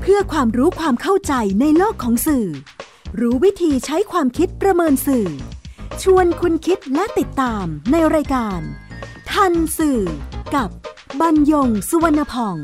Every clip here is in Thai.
พื่อความรู้ความเข้าใจในโลกของสื่อรู้วิธีใช้ความคิดประเมินสื่อชวนคุณคิดและติดตามในรายการทันสื่อกับบรรยงสุวรรณพอง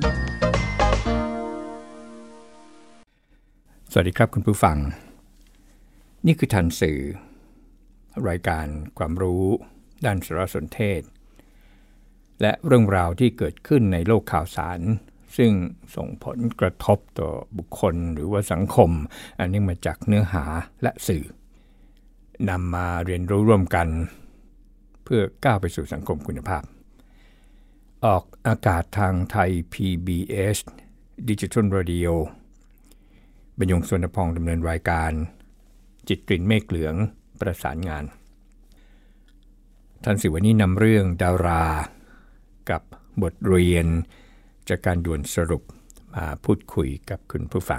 สวัสดีครับคุณผู้ฟังนี่คือทันสื่อรายการความรู้ด้านสารสนเทศและเรื่องราวที่เกิดขึ้นในโลกข่าวสารซึ่งส่งผลกระทบต่อบุคคลหรือว่าสังคมอันนี้มาจากเนื้อหาและสื่อนำมาเรียนรู้ร่วมกันเพื่อก้าวไปสู่สังคมคุณภาพออกอากาศทางไทย PBS Digital Radio บรรยงสุวรรณพองดำเนินรายการจิตกลิ่นเมฆเหลืองประสานงานทันสื่อวันนี้นำเรื่องดารากับบทเรียนจากการด่วนสรุปมาพูดคุยกับคุณผู้ฟัง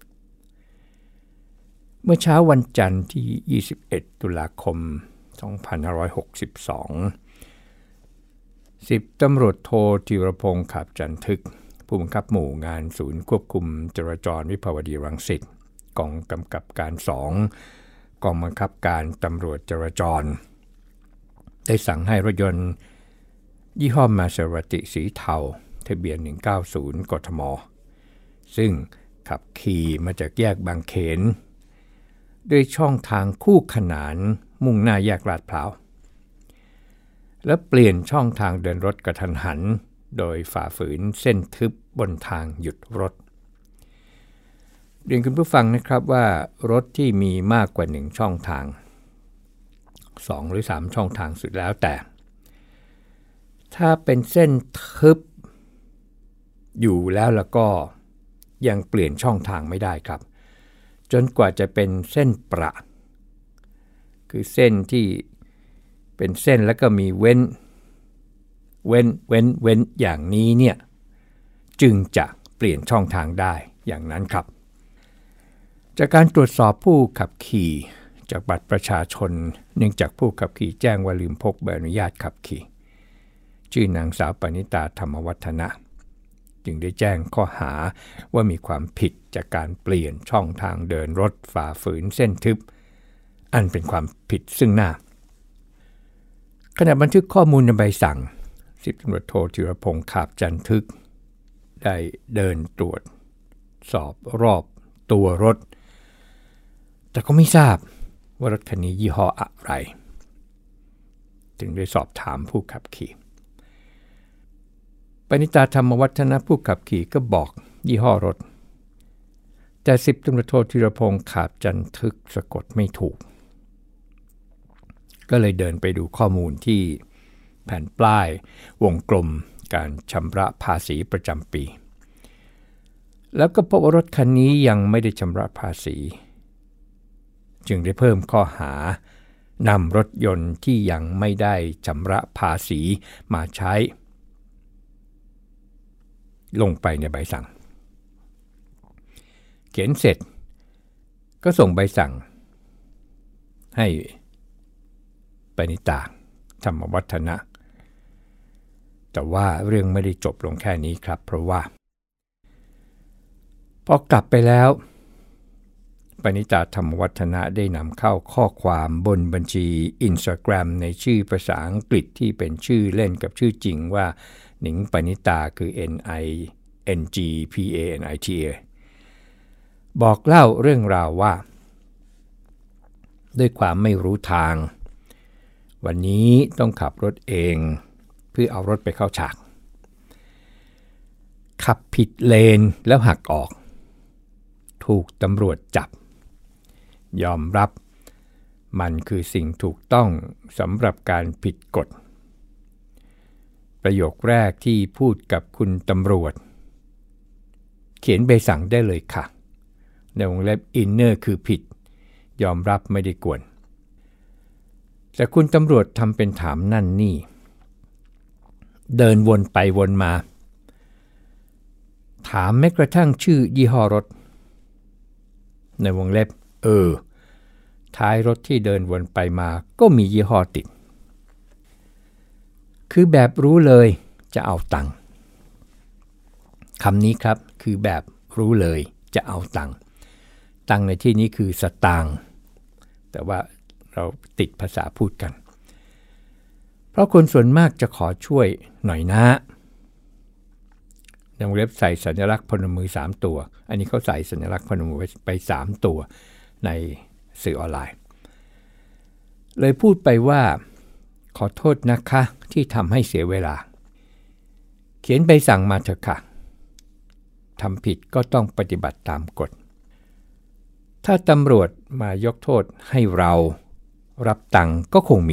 เมื่อเช้าวันจันทร์ที่21ตุลาคม2562 10ตำรวจโทธีรพงษ์ขับจันทึกผู้บังคับหมู่งานศูนย์ควบคุมจราจรวิภาวดีรังสิตกองกำกับการ2กองบังคับการตำรวจจราจรได้สั่งให้รถยนต์ยี่ห้อมาเซราติสีเทาทะเบียน190กทมซึ่งขับขี่มาจากแยกบางเขนด้วยช่องทางคู่ขนานมุ่งหน้าแยกลาดพร้าวและเปลี่ยนช่องทางเดินรถกระทันหันโดยฝ่าฝืนเส้นทึบบนทางหยุดรถเรียนคุณผู้ฟังนะครับว่ารถที่มีมากกว่า1ช่องทาง2หรือ3ช่องทางสุดแล้วแต่ถ้าเป็นเส้นทึบอยู่แล้วก็ยังเปลี่ยนช่องทางไม่ได้ครับจนกว่าจะเป็นเส้นประคือเส้นที่เป็นเส้นแล้วก็มีเว้นอย่างนี้เนี่ยจึงจะเปลี่ยนช่องทางได้อย่างนั้นครับจากการตรวจสอบผู้ขับขี่จากบัตรประชาชนเนื่องจากผู้ขับขี่แจ้งว่าลืมพกใบอนุญาตขับขี่ชื่อนางสาวปณิตาธรรมวัฒนะจึงได้แจ้งข้อหาว่ามีความผิดจากการเปลี่ยนช่องทางเดินรถฝ่าฝืนเส้นทึบอันเป็นความผิดซึ่งหน้าขณะบันทึกข้อมูลในใบสั่ง10ตำรวจโทธีรพงษ์ขับจันทึกได้เดินตรวจสอบรอบตัวรถแต่ก็ไม่ทราบว่ารถคันนี้ยี่ห้ออะไรจึงได้สอบถามผู้ขับขี่ปณิตาธรรมวัฒนะผู้ขับขี่ก็บอกยี่ห้อรถแต่10ตำรวจโทธีรพงษ์ขับจันทึกสะกดไม่ถูกก็เลยเดินไปดูข้อมูลที่แผ่นป้ายวงกลมการชำระภาษีประจำปีแล้วก็พบว่ารถคันนี้ยังไม่ได้ชำระภาษีจึงได้เพิ่มข้อหานำรถยนต์ที่ยังไม่ได้ชำระภาษีมาใช้ลงไปในใบสั่งเขียนเสร็จก็ส่งใบสั่งให้ปณิตาธรรมวัฒนะแต่ว่าเรื่องไม่ได้จบลงแค่นี้ครับเพราะว่าพอกลับไปแล้วปณิตาธรรมวัฒนะได้นำเข้าข้อความบนบัญชี Instagram ในชื่อภาษาอังกฤษที่เป็นชื่อเล่นกับชื่อจริงว่าหนิงปณิตาคือ NINGPANITA บอกเล่าเรื่องราวว่าด้วยความไม่รู้ทางวันนี้ต้องขับรถเองเพื่อเอารถไปเข้าฉากขับผิดเลนแล้วหักออกถูกตำรวจจับยอมรับมันคือสิ่งถูกต้องสำหรับการผิดกฎประโยคแรกที่พูดกับคุณตำรวจเขียนใบสั่งได้เลยค่ะในวงเล็บ inner คือผิดยอมรับไม่ได้กวนแต่คุณตำรวจทำเป็นถามนั่นนี่เดินวนไปวนมาถามแม้กระทั่งชื่อยี่ห้อรถในวงเล็บท้ายรถที่เดินวนไปมาก็มียี่ห้อติดคือแบบรู้เลยจะเอาตังค์คำนี้ครับคือแบบรู้เลยจะเอาตังค์ในที่นี้คือสตางค์แต่ว่าเราติดภาษาพูดกันเพราะคนส่วนมากจะขอช่วยหน่อยนะในวงเล็บใส่สัญลักษณ์พนมมือ3ตัวอันนี้เขาใส่สัญลักษณ์พนมมือไป3ตัวในสื่อออนไลน์เลยพูดไปว่าขอโทษนะคะที่ทำให้เสียเวลาเขียนใบสั่งมาเถอะค่ะทำผิดก็ต้องปฏิบัติตามกฎถ้าตำรวจมายกโทษให้เรารับตังค์ก็คง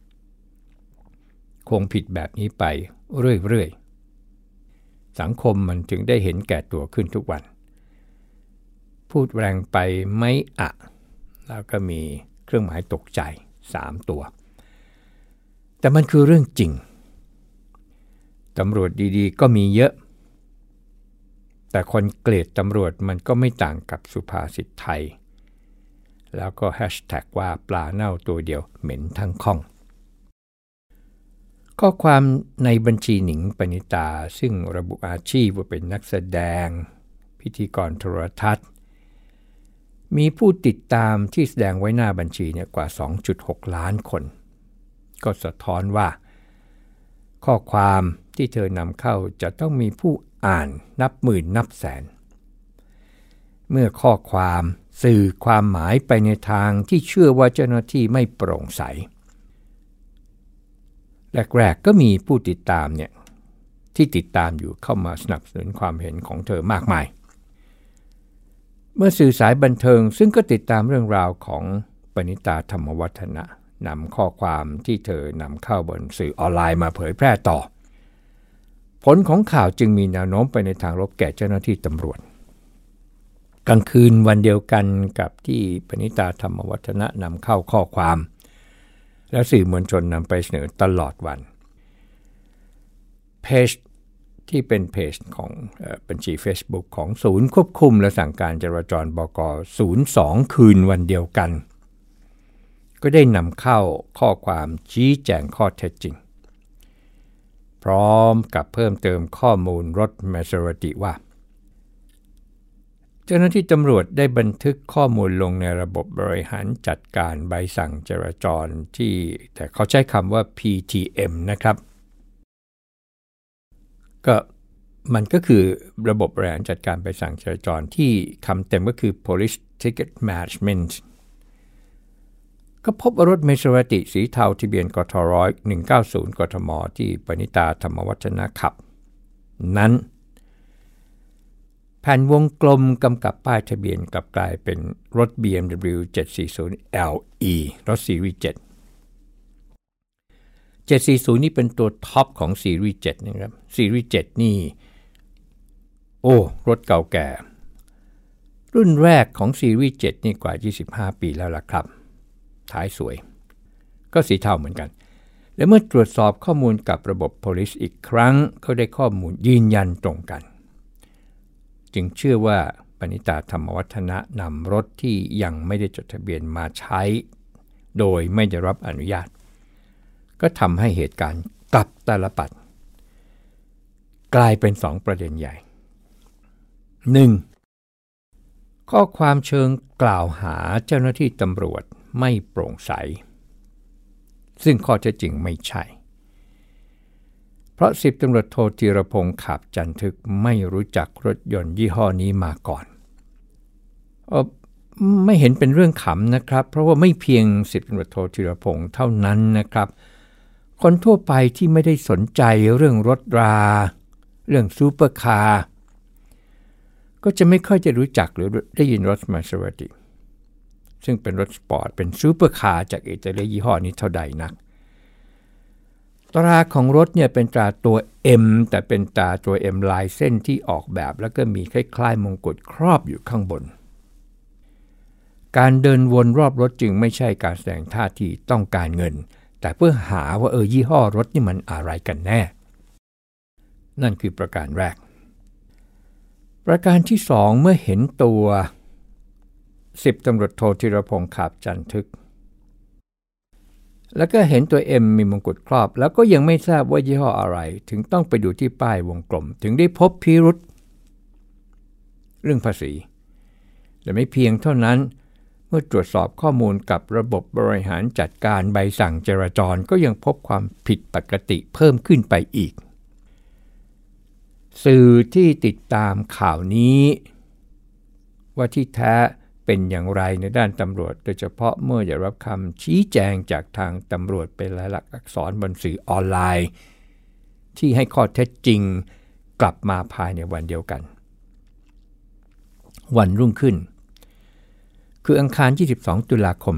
ผิดแบบนี้ไปเรื่อยๆสังคมมันถึงได้เห็นแก่ตัวขึ้นทุกวันพูดแรงไปไหมอะแล้วก็มีเครื่องหมายตกใจ3ตัวแต่มันคือเรื่องจริงตำรวจดีๆก็มีเยอะแต่คนเกลียดตำรวจมันก็ไม่ต่างกับสุภาษิตไทยแล้วก็แฮชแท็กว่าปลาเน่าตัวเดียวเหม็นทั้งข้องข้อความในบัญชีหนิงปณิตาซึ่งระบุอาชีพว่าเป็นนักแสดงพิธีกรโทรทัศน์มีผู้ติดตามที่แสดงไว้หน้าบัญชีเนี่ยกว่า 2.6 ล้านคนก็สะท้อนว่าข้อความที่เธอนำเข้าจะต้องมีผู้อ่านนับหมื่นนับแสนเมื่อข้อความสื่อความหมายไปในทางที่เชื่อว่าเจ้าหน้าที่ไม่โปร่งใสแรกๆก็มีผู้ติดตามเนี่ยที่ติดตามอยู่เข้ามาสนับสนุนความเห็นของเธอมากมายเมื่อสื่อสายบันเทิงซึ่งก็ติดตามเรื่องราวของปณิตาธรรมวัฒนะนำข้อความที่เธอนำเข้าบนสื่อออนไลน์มาเผยแพร่ต่อผลของข่าวจึงมีแนวโน้มไปในทางลบแก่เจ้าหน้าที่ตำรวจกลางคืนวันเดียวกันกับที่ปณิตาธรรมวัฒนะนำเข้าข้อความและสื่อมวลชนนำไปเสนอตลอดวันเพจที่เป็นเพจของบัญชี Facebook ของศูนย์ควบคุมและสั่งการจราจรบก. 02คืนวันเดียวกันก็ได้นำเข้าข้อความชี้แจงข้อเท็จจริงพร้อมกับเพิ่มเติมข้อมูลรถ Maserati ว่าเจ้าหน้าที่ตำรวจได้บันทึกข้อมูลลงในระบบบริหารจัดการใบสั่งจราจรที่แต่เขาใช้คำว่า PTM นะครับก็มันก็คือระบบบริหารจัดการใบสั่งจราจรที่คำเต็มก็คือ Police Ticket Management ก็พบรถ Maserati สีเทาทะเบียนกท190กทมที่ปณิตาธรรมวัฒนะขับนั้นแผ่นวงกลมกำกับป้ายทะเบียนกลับกลายเป็นรถ BMW 740 LE รถซีรีส์7 740นี่เป็นตัวท็อปของซีรีส์7นะครับซีรีส์7นี่รถเก่าแก่รุ่นแรกของซีรีส์7นี่กว่า25ปีแล้วล่ะครับท้ายสวยก็สีเทาเหมือนกันและเมื่อตรวจสอบข้อมูลกับระบบ Police อีกครั้งเขาได้ข้อมูลยืนยันตรงกันจึงเชื่อว่าปณิตาธรรมวัฒนะนำรถที่ยังไม่ได้จดทะเบียนมาใช้โดยไม่ได้รับอนุญาตก็ทำให้เหตุการณ์กลับตาลปัดกลายเป็น2ประเด็นใหญ่ 1. ข้อความเชิงกล่าวหาเจ้าหน้าที่ตำรวจไม่โปร่งใสซึ่งข้อเท็จจริงไม่ใช่เพราะ10ตำรวจโทธีรพงษ์ขับจันทึกไม่รู้จักรถยนต์ยี่ห้อนี้มาก่อนไม่เห็นเป็นเรื่องขำนะครับเพราะว่าไม่เพียง10ตำรวจโทธีรพงษ์เท่านั้นนะครับคนทั่วไปที่ไม่ได้สนใจเรื่องรถราเรื่องซูเปอร์คาร์ก็จะไม่ค่อยจะรู้จักหรือได้ยินรถ Maserati ซึ่งเป็นรถสปอร์ตเป็นซูเปอร์คาร์จากอิตาลียี่ห้อนี้เท่าใดนักตราของรถเนี่ยเป็นตราตัว M แต่เป็นตราตัว M ลายเส้นที่ออกแบบแล้วก็มีคล้ายๆมงกุฎครอบอยู่ข้างบนการเดินวนรอบรถจึงไม่ใช่การแสดงท่าทีต้องการเงินแต่เพื่อหาว่ายี่ห้อรถนี่มันอะไรกันแน่นั่นคือประการแรกประการที่2เมื่อเห็นตัว10ตำรวจโทธีรพงษ์ขับจันทึกแล้วก็เห็นตัว M มีมงกุฎครอบแล้วก็ยังไม่ทราบว่ายี่ห้ออะไรถึงต้องไปดูที่ป้ายวงกลมถึงได้พบพิรุธเรื่องภาษีและไม่เพียงเท่านั้นเมื่อตรวจสอบข้อมูลกับระบบบริหารจัดการใบสั่งจราจรก็ยังพบความผิดปกติเพิ่มขึ้นไปอีกสื่อที่ติดตามข่าวนี้ว่าที่แท้เป็นอย่างไรในด้านตำรวจโดยเฉพาะเมื่อได้รับคำชี้แจงจากทางตำรวจเป็นลายลักษณ์อักษรบนสื่อออนไลน์ที่ให้ข้อเท็จจริงกลับมาภายในวันเดียวกันวันรุ่งขึ้นคืออังคาร22ตุลาคม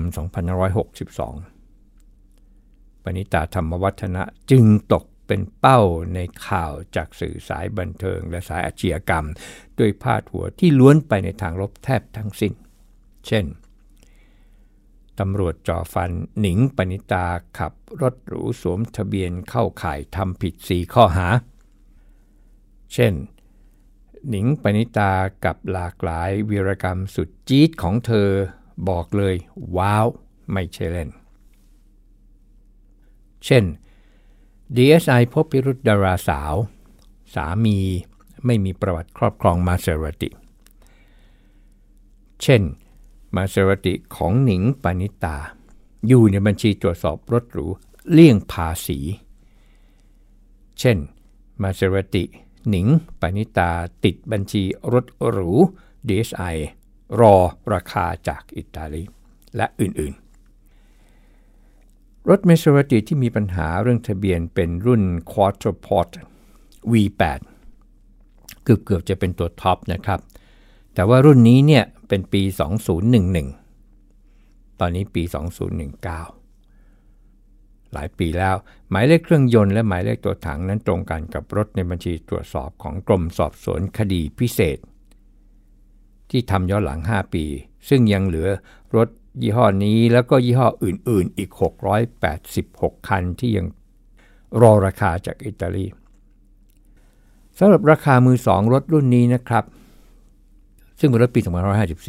2562ปณิตาธรรมวัฒนะจึงตกเป็นเป้าในข่าวจากสื่อสายบันเทิงและสายอาชญากรรมโดยพาดหัวที่ล้วนไปในทางลบแทบทั้งสิ้นเช่นตำรวจจ่อฟันหนิงปณิตาขับรถหรูสวมทะเบียนเข้าข่ายทำผิด4ข้อหาเช่นหนิงปณิตากับหลากหลายวีรกรรมสุดจี๊ดของเธอบอกเลยว้าวไม่ใช่เล่นเช่น DSI พบพิรุธดาราสาวสามีไม่มีประวัติครอบครองมาเซราติเช่นมาเซราติของหนิงปณิตาอยู่ในบัญชีตรวจสอบรถหรูเลี่ยงภาษีเช่นมาเซราติหนิงปณิตาติดบัญชีรถหรู DSI รอราคาจากอิตาลีและอื่นๆรถมาเซราติที่มีปัญหาเรื่องทะเบียนเป็นรุ่น Quattroporte V8 เกือบจะเป็นตัวท็อปนะครับแต่ว่ารุ่นนี้เนี่ยเป็นปี 2011 ตอนนี้ปี 2019 หลายปีแล้วหมายเลขเครื่องยนต์และหมายเลขตัวถังนั้นตรงกันกับรถในบัญชีตรวจสอบของกรมสอบสวนคดีพิเศษที่ทำย้อนหลัง5ปีซึ่งยังเหลือรถยี่ห้อนี้แล้วก็ยี่ห้ออื่นๆอีก686คันที่ยังรอราคาจากอิตาลีสำหรับราคามือสองรถรุ่นนี้นะครับซึ่งเป็นรถปี 2554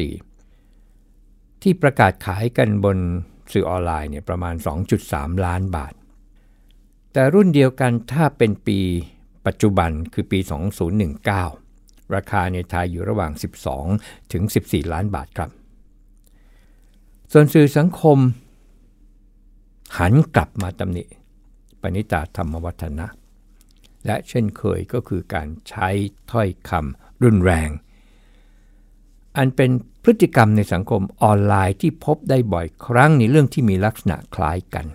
ที่ประกาศขายกันบนสื่อออนไลน์เนี่ยประมาณ 2.3 ล้านบาทแต่รุ่นเดียวกันถ้าเป็นปีปัจจุบันคือปี 2019 ราคาในไทยอยู่ระหว่าง 12 ถึง 14 ล้านบาทครับส่วนสื่อสังคมหันกลับมาตำหนิปณิตาธรรมวัฒนะและเช่นเคยก็คือการใช้ถ้อยคำรุนแรงอันเป็นพฤติกรรมในสังคมออนไลน์ที่พบได้บ่อยครั้งในเรื่องที่มีลักษณะคล้ายกัน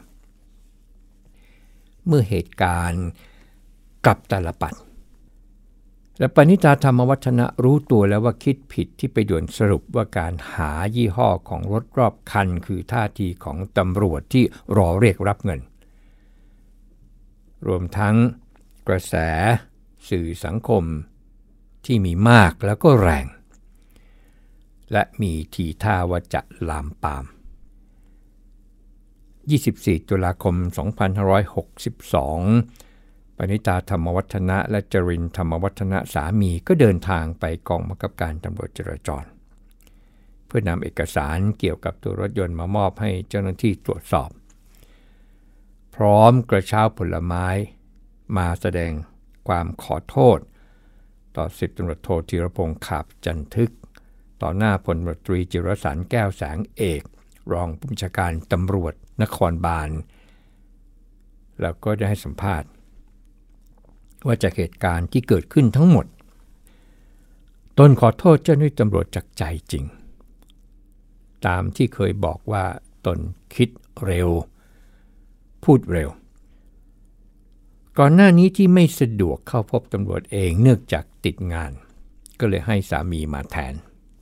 เมื่อเหตุการณ์กลับตาลปัดและปณิตาธรรมวัฒนะรู้ตัวแล้วว่าคิดผิดที่ไปด่วนสรุปว่าการหายี่ห้อของรถรอบคันคือท่าทีของตำรวจที่รอเรียกรับเงินรวมทั้งกระแสสื่อสังคมที่มีมากแล้วก็แรงและมีทีท่าว่าจะลามปาม24ตุลาคม2562ปณิตาธรรมวัฒนะและจรินทร์ธรรมวัฒนะสามีก็เดินทางไปกองบังคับการตำรวจจราจรเพื่อนำเอกสารเกี่ยวกับตัวรถยนต์มามอบให้เจ้าหน้าที่ตรวจสอบพร้อมกระเช้าผลไม้มาแสดงความขอโทษต่อ10ตำรวจโทธีรพงษ์ขาบจันทึกต่อหน้าพลตำรวจตรีจิรสันต์แก้วแสงเอกรองผู้บัญชาการตำรวจนครบาลแล้วก็ได้ให้สัมภาษณ์ว่าจากเหตุการณ์ที่เกิดขึ้นทั้งหมดตนขอโทษเจ้าหน้าที่ตำรวจจากใจจริงตามที่เคยบอกว่าตนคิดเร็วพูดเร็วก่อนหน้านี้ที่ไม่สะดวกเข้าพบตำรวจเองเนื่องจากติดงานก็เลยให้สามีมาแทน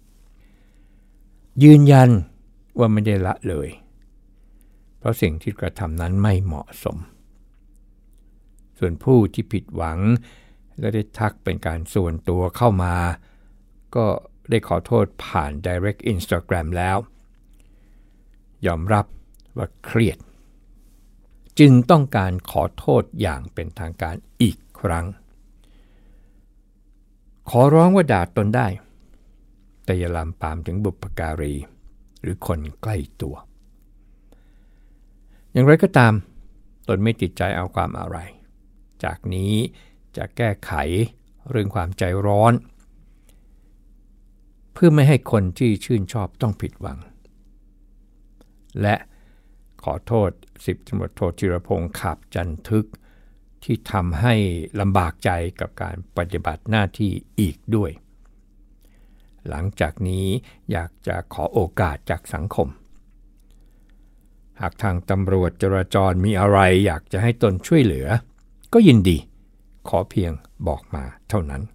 ยืนยันว่าไม่ได้ละเลยเพราะสิ่งที่กระทำนั้นไม่เหมาะสมส่วนผู้ที่ผิดหวังและได้ทักเป็นการส่วนตัวเข้ามาก็ได้ขอโทษผ่าน Direct Instagram แล้วยอมรับว่าเครียดจึงต้องการขอโทษอย่างเป็นทางการอีกครั้งขอร้องว่าด่าตนได้แต่อย่าลามปามถึงบุพการีหรือคนใกล้ตัวอย่างไรก็ตามตนไม่ติดใจเอาความอะไรจากนี้จะแก้ไขเรื่องความใจร้อนเพื่อไม่ให้คนที่ชื่นชอบต้องผิดหวังและขอโทษ10 ตำรวจโทจิรพงษ์ขาบจันทึกที่ทำให้ลำบากใจกับการปฏิบัติหน้าที่อีกด้วยหลังจากนี้อยากจะขอโอกาสจากสังคมหากทางตำรวจจราจรมีอะไรอยากจะให้ตนช่วยเหลือก็ยินดีขอเพียงบอกมาเท่านั้น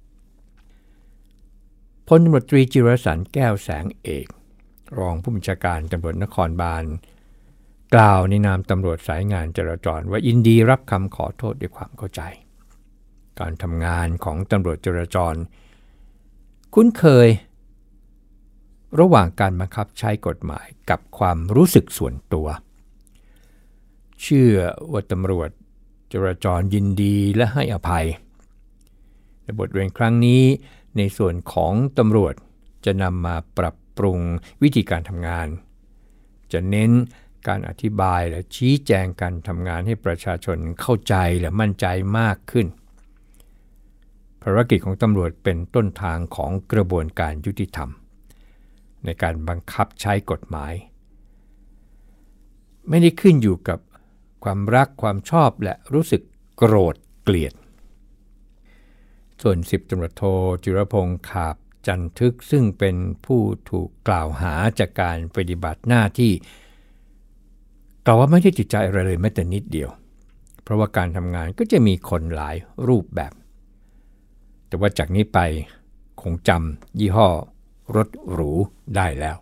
พลตำรวจตรีจิรสันต์แก้วแสงเอกรองผู้บัญชาการตำรวจนครบาลกล่าวในนามตำรวจสายงานจราจรว่ายินดีรับคำขอโทษด้วยความเข้าใจการทำงานของตำรวจจราจรคุ้นเคยระหว่างการบังคับใช้กฎหมายกับความรู้สึกส่วนตัวเชื่อว่าตำรวจจราจรยินดีและให้อภัยในบทเรียนครั้งนี้ในส่วนของตำรวจจะนำมาปรับปรุงวิธีการทำงานจะเน้นการอธิบายและชี้แจงการทำงานให้ประชาชนเข้าใจและมั่นใจมากขึ้นภารกิจของตำรวจเป็นต้นทางของกระบวนการยุติธรรมในการบังคับใช้กฎหมายไม่ได้ขึ้นอยู่กับความรักความชอบและรู้สึกโกรธเกลียดส่วน10 ตำรวจโทจิรพงษ์ขาบจันทึกซึ่งเป็นผู้ถูกกล่าวหาจากการปฏิบัติหน้าที่กล่าวว่าไม่ได้ติดใจอะไรเลยแม้แต่นิดเดียวเพราะว่าการทำงานก็จะมีคนหลายรูปแบบแต่ว่าจากนี้ไปคงจำยี่ห้อรถหรูได้แล้ว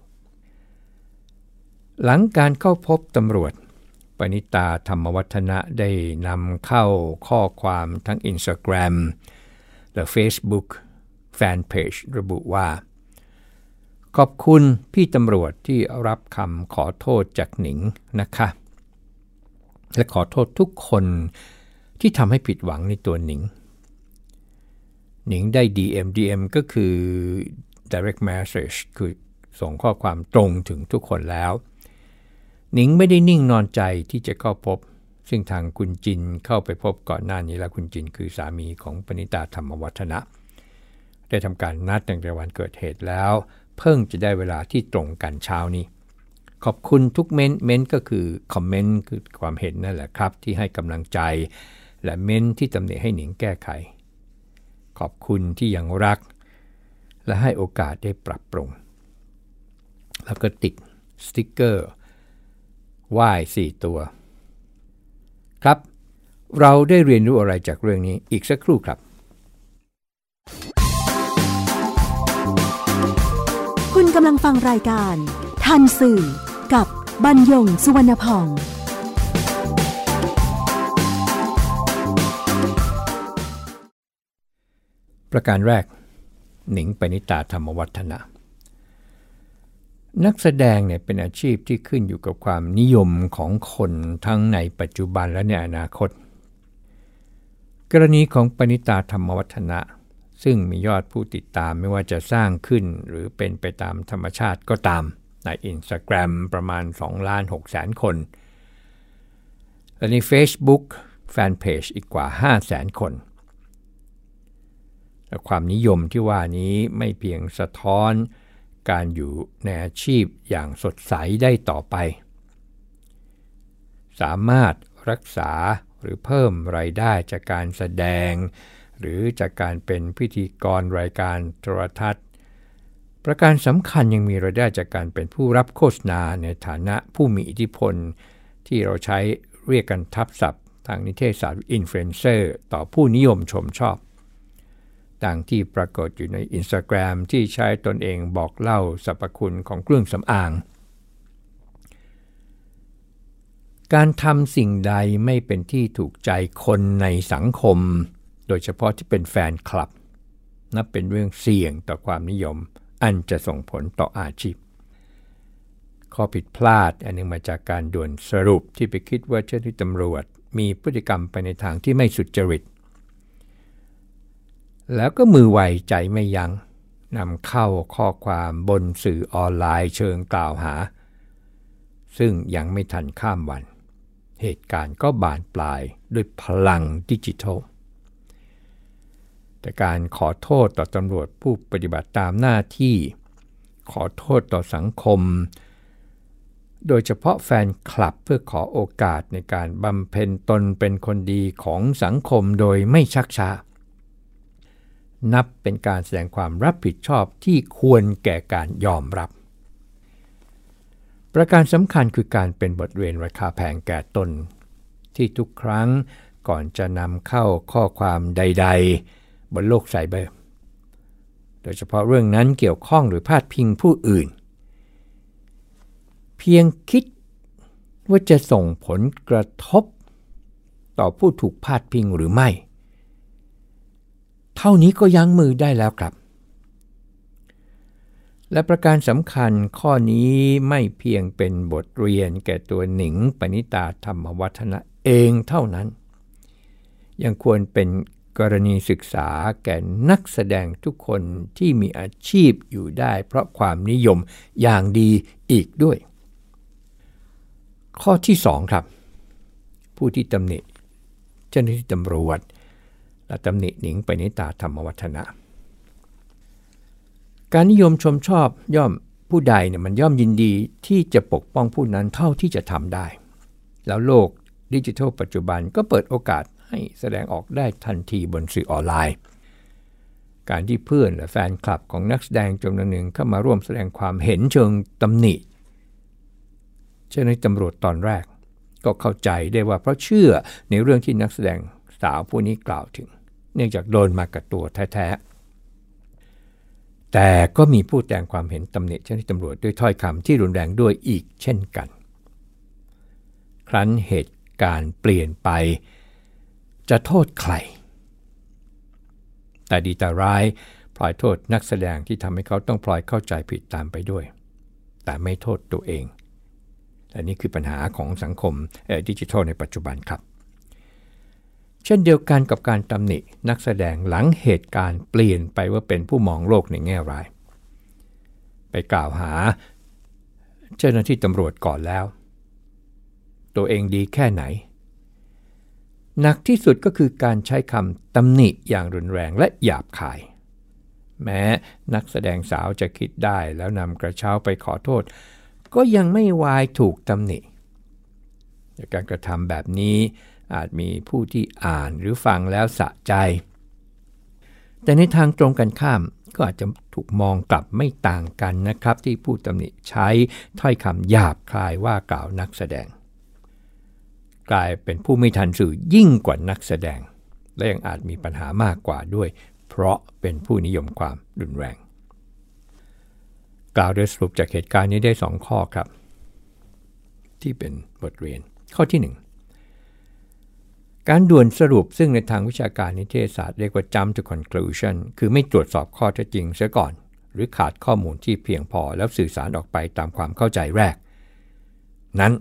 หลังการเข้าพบตำรวจปณิตาธรรมวัฒนะได้นำเข้าข้อความทั้ง Instagram และ Facebook Fanpage ระบุว่าขอบคุณพี่ตำรวจที่รับคำขอโทษจากหนิงนะคะและขอโทษทุกคนที่ทำให้ผิดหวังในตัวหนิงได้ DM ก็คือ direct message คือส่งข้อความตรงถึงทุกคนแล้วหนิงไม่ได้นิ่งนอนใจที่จะเข้าพบซึ่งทางคุณจินเข้าไปพบก่อนหน้านี้แล้วคุณจินคือสามีของปณิตาธรรมวัฒนะได้ทำการนัดตั้งแต่วันเกิดเหตุแล้วเพิ่งจะได้เวลาที่ตรงกันเช้านี้ขอบคุณทุกเม้นก็คือคอมเมนต์คือความเห็นนั่นแหละครับที่ให้กำลังใจและเม้นที่ตำหนิให้หนิงแก้ไขขอบคุณที่ยังรักและให้โอกาสได้ปรับปรุงแล้วก็ติดสติ๊กเกอร์ว่าย4 ตัวครับเราได้เรียนรู้อะไรจากเรื่องนี้อีกสักครู่ครับคุณกำลังฟังรายการทันสื่อกับบรรยงสุวรรณพองประการแรกหนิงปณิตาธรรมวัฒนะนักแสดงเนี่ยเป็นอาชีพที่ขึ้นอยู่กับความนิยมของคนทั้งในปัจจุบันและในอนาคตกรณีของปณิตาธรรมวัฒนะซึ่งมียอดผู้ติดตามไม่ว่าจะสร้างขึ้นหรือเป็นไปตามธรรมชาติก็ตามใน Instagram ประมาณ 2,600,000 คนและใน Facebook Fanpage อีกกว่า 500,000 คนและความนิยมที่ว่านี้ไม่เพียงสะท้อนการอยู่ในอาชีพอย่างสดใสได้ต่อไปสามารถรักษาหรือเพิ่มรายได้จากการแสดงหรือจากการเป็นพิธีกรรายการโทรทัศน์ประการสำคัญยังมีรายได้จากการเป็นผู้รับโฆษณาในฐานะผู้มีอิทธิพลที่เราใช้เรียกกันทับศัพท์ทางนิเทศศาสตร์อินฟลูเอนเซอร์ต่อผู้นิยมชมชอบดังที่ปรากฏอยู่ใน Instagram ที่ใช้ตนเองบอกเล่าสรรพคุณของเครื่องสำอางการทำสิ่งใดไม่เป็นที่ถูกใจคนในสังคมโดยเฉพาะที่เป็นแฟนคลับนับเป็นเรื่องเสี่ยงต่อความนิยมอันจะส่งผลต่ออาชีพข้อผิดพลาดอันนึงมาจากการด่วนสรุปที่ไปคิดว่าเจ้าหน้าที่ตำรวจมีพฤติกรรมไปในทางที่ไม่สุจริตแล้วก็มือไวใจไม่ยั้งนำเข้าข้อความบนสื่อออนไลน์เชิงกล่าวหาซึ่งยังไม่ทันข้ามวันเหตุการณ์ก็บานปลายด้วยพลังดิจิทัลแต่การขอโทษต่อตำรวจผู้ปฏิบัติตามหน้าที่ขอโทษต่อสังคมโดยเฉพาะแฟนคลับเพื่อขอโอกาสในการบำเพ็ญตนเป็นคนดีของสังคมโดยไม่ชักช้านับเป็นการแสดงความรับผิดชอบที่ควรแก่การยอมรับประการสำคัญคือการเป็นบทเรียนราคาแพงแก่ตนที่ทุกครั้งก่อนจะนำเข้าข้อความใดๆบนโลกไซเบอร์โดยเฉพาะเรื่องนั้นเกี่ยวข้องหรือพาดพิงผู้อื่นเพียงคิดว่าจะส่งผลกระทบต่อผู้ถูกพาดพิงหรือไม่เท่านี้ก็ยั้งมือได้แล้วครับและประการสำคัญข้อนี้ไม่เพียงเป็นบทเรียนแก่ตัวหนิงปณิตาธรรมวัฒนะเองเท่านั้นยังควรเป็นกรณีศึกษาแก่นักแสดงทุกคนที่มีอาชีพอยู่ได้เพราะความนิยมอย่างดีอีกด้วยข้อที่2ครับผู้ที่ตำหนิเจ้าหน้าที่ตำรวจและตำหนิหนิงปณิตาธรรมวัฒนะการนิยมชมชอบย่อมผู้ใดเนี่ยมันย่อมยินดีที่จะปกป้องผู้นั้นเท่าที่จะทำได้แล้วโลกดิจิทัลปัจจุบันก็เปิดโอกาสให้แสดงออกได้ทันทีบนสื่อออนไลน์การที่เพื่อนและแฟนคลับของนักแสดงจำนวนหนึ่งเข้ามาร่วมแสดงความเห็นเชิงตำหนิเจ้าหน้าที่ตำรวจตอนแรกก็เข้าใจได้ว่าเพราะเชื่อในเรื่องที่นักแสดงสาวผู้นี้กล่าวถึงเนื่องจากโดนมากับตัวแท้ๆแต่ก็มีผู้แสดงความเห็นตำหนิเจ้าหน้าที่ตำรวจด้วยถ้อยคำที่รุนแรงด้วยอีกเช่นกันครั้นเหตุการณ์เปลี่ยนไปจะโทษใครแต่ดีแต่ร้ายพลอยโทษนักแสดงที่ทำให้เขาต้องพลอยเข้าใจผิดตามไปด้วยแต่ไม่โทษตัวเองและนี่คือปัญหาของสังคมดิจิทัลในปัจจุบันครับเช่นเดียวกันกับการตำหนินักแสดงหลังเหตุการณ์เปลี่ยนไปว่าเป็นผู้มองโลกในแง่ร้ายไปกล่าวหาเจ้าหน้าที่ตำรวจก่อนแล้วตัวเองดีแค่ไหนหนักที่สุดก็คือการใช้คำตำหนิอย่างรุนแรงและหยาบคายแม้นักแสดงสาวจะคิดได้แล้วนำกระเช้าไปขอโทษก็ยังไม่วายถูกตำหนิการกระทำแบบนี้อาจมีผู้ที่อ่านหรือฟังแล้วสะใจแต่ในทางตรงกันข้ามก็อาจจะถูกมองกลับไม่ต่างกันนะครับที่ผู้ตำหนิใช้ถ้อยคำหยาบคายว่ากล่าวนักแสดงกลายเป็นผู้ไม่ทันสื่อยิ่งกว่านักแสดงและยังอาจมีปัญหามากกว่าด้วยเพราะเป็นผู้นิยมความรุนแรงกล่าวโดยสรุปจากเหตุการณ์นี้ได้2ข้อครับที่เป็นบทเรียนข้อที่1การด่วนสรุปซึ่งในทางวิชาการนิเทศศาสตร์เรียกว่า jump to conclusion คือไม่ตรวจสอบข้อเท็จจริงเสียก่อนหรือขาดข้อมูลที่เพียงพอแล้วสื่อสารออกไปตามความเข้าใจแรกนั้น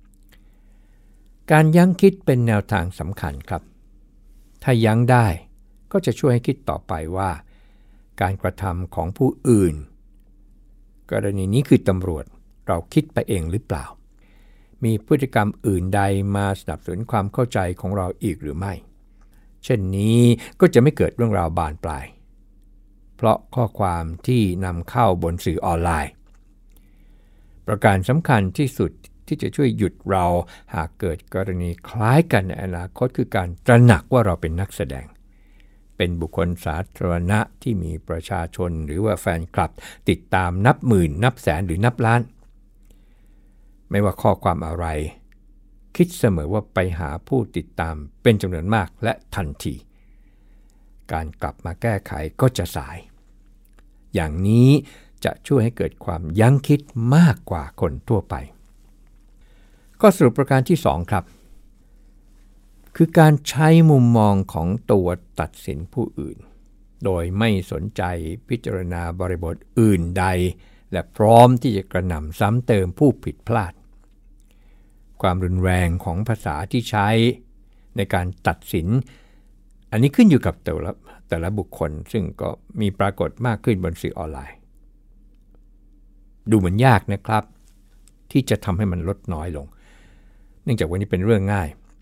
การยั้งคิดเป็นแนวทางสำคัญครับถ้ายั้งได้ก็จะช่วยให้คิดต่อไปว่าการกระทำของผู้อื่นกรณีนี้คือตำรวจเราคิดไปเองหรือเปล่ามีพฤติกรรมอื่นใดมาสนับสนุนความเข้าใจของเราอีกหรือไม่เช่นนี้ก็จะไม่เกิดเรื่องราวบานปลายเพราะข้อความที่นำเข้าบนสื่อออนไลน์ประการสำคัญที่สุดที่จะช่วยหยุดเราหากเกิดกรณีคล้ายกันในอนาคตคือการตระหนักว่าเราเป็นนักแสดงเป็นบุคคลสาธารณะที่มีประชาชนหรือว่าแฟนคลับติดตามนับหมื่นนับแสนหรือนับล้านไม่ว่าข้อความอะไรคิดเสมอว่าไปหาผู้ติดตามเป็นจำนวนมากและทันทีการกลับมาแก้ไขก็จะสายอย่างนี้จะช่วยให้เกิดความยั้งคิดมากกว่าคนทั่วไปข้อสรุปประการที่2ครับคือการใช้มุมมองของตัวตัดสินผู้อื่นโดยไม่สนใจพิจารณาบริบทอื่นใดและพร้อมที่จะกระหน่ำซ้ำเติมผู้ผิดพลาดความรุนแรงของภาษาที่ใช้ในการตัดสินอันนี้ขึ้นอยู่กับแต่ละบุคคลซึ่งก็มีปรากฏมากขึ้นบนสื่อออนไลน์ดูเหมือนยากนะครับที่จะทำให้มันลดน้อยลงเนื่องจากวันนี้เป็นเรื่องง่าย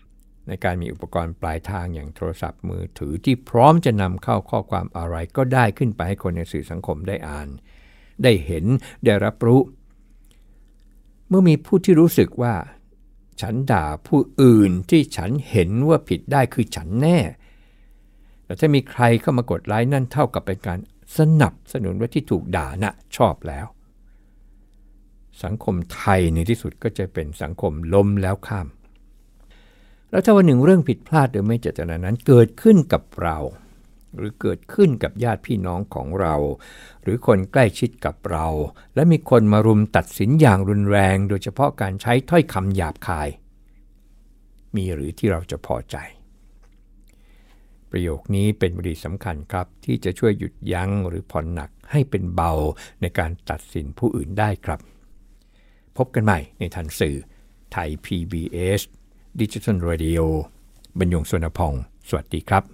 ในการมีอุปกรณ์ปลายทางอย่างโทรศัพท์มือถือที่พร้อมจะนำเข้าข้อความอะไรก็ได้ขึ้นไปให้คนในสื่อสังคมได้อ่านได้เห็นได้รับรู้เมื่อมีผู้ที่รู้สึกว่าฉันด่าผู้อื่นที่ฉันเห็นว่าผิดได้คือฉันแน่แต่ถ้ามีใครเข้ามากดไลค์นั่นเท่ากับเป็นการสนับสนุนว่าที่ถูกด่าน่ะชอบแล้วสังคมไทยในที่สุดก็จะเป็นสังคมล้มแล้วข้ามแล้วถ้าวันหนึ่งเรื่องผิดพลาดโดยไม่เจตนานั้นเกิดขึ้นกับเราหรือเกิดขึ้นกับญาติพี่น้องของเราหรือคนใกล้ชิดกับเราและมีคนมารุมตัดสินอย่างรุนแรงโดยเฉพาะการใช้ถ้อยคำหยาบคายมีหรือที่เราจะพอใจประโยคนี้เป็นวลีสำคัญครับที่จะช่วยหยุดยั้งหรือผ่อนหนักให้เป็นเบาในการตัดสินผู้อื่นได้ครับพบกันใหม่ในทันสื่อไทย PBS Digital Radio บรรยงสุวรรณพงศ์สวัสดีครับ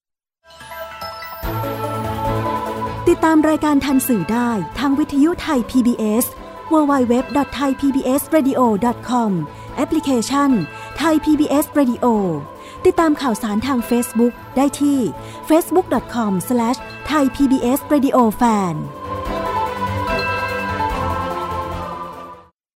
ติดตามรายการทันสื่อได้ทางวิทยุไทย PBS www.thaipbsradio.com แอปพลิเคชัน Thai PBS Radio ติดตามข่าวสารทาง Facebook ได้ที่ facebook.com/thaipbsradiofan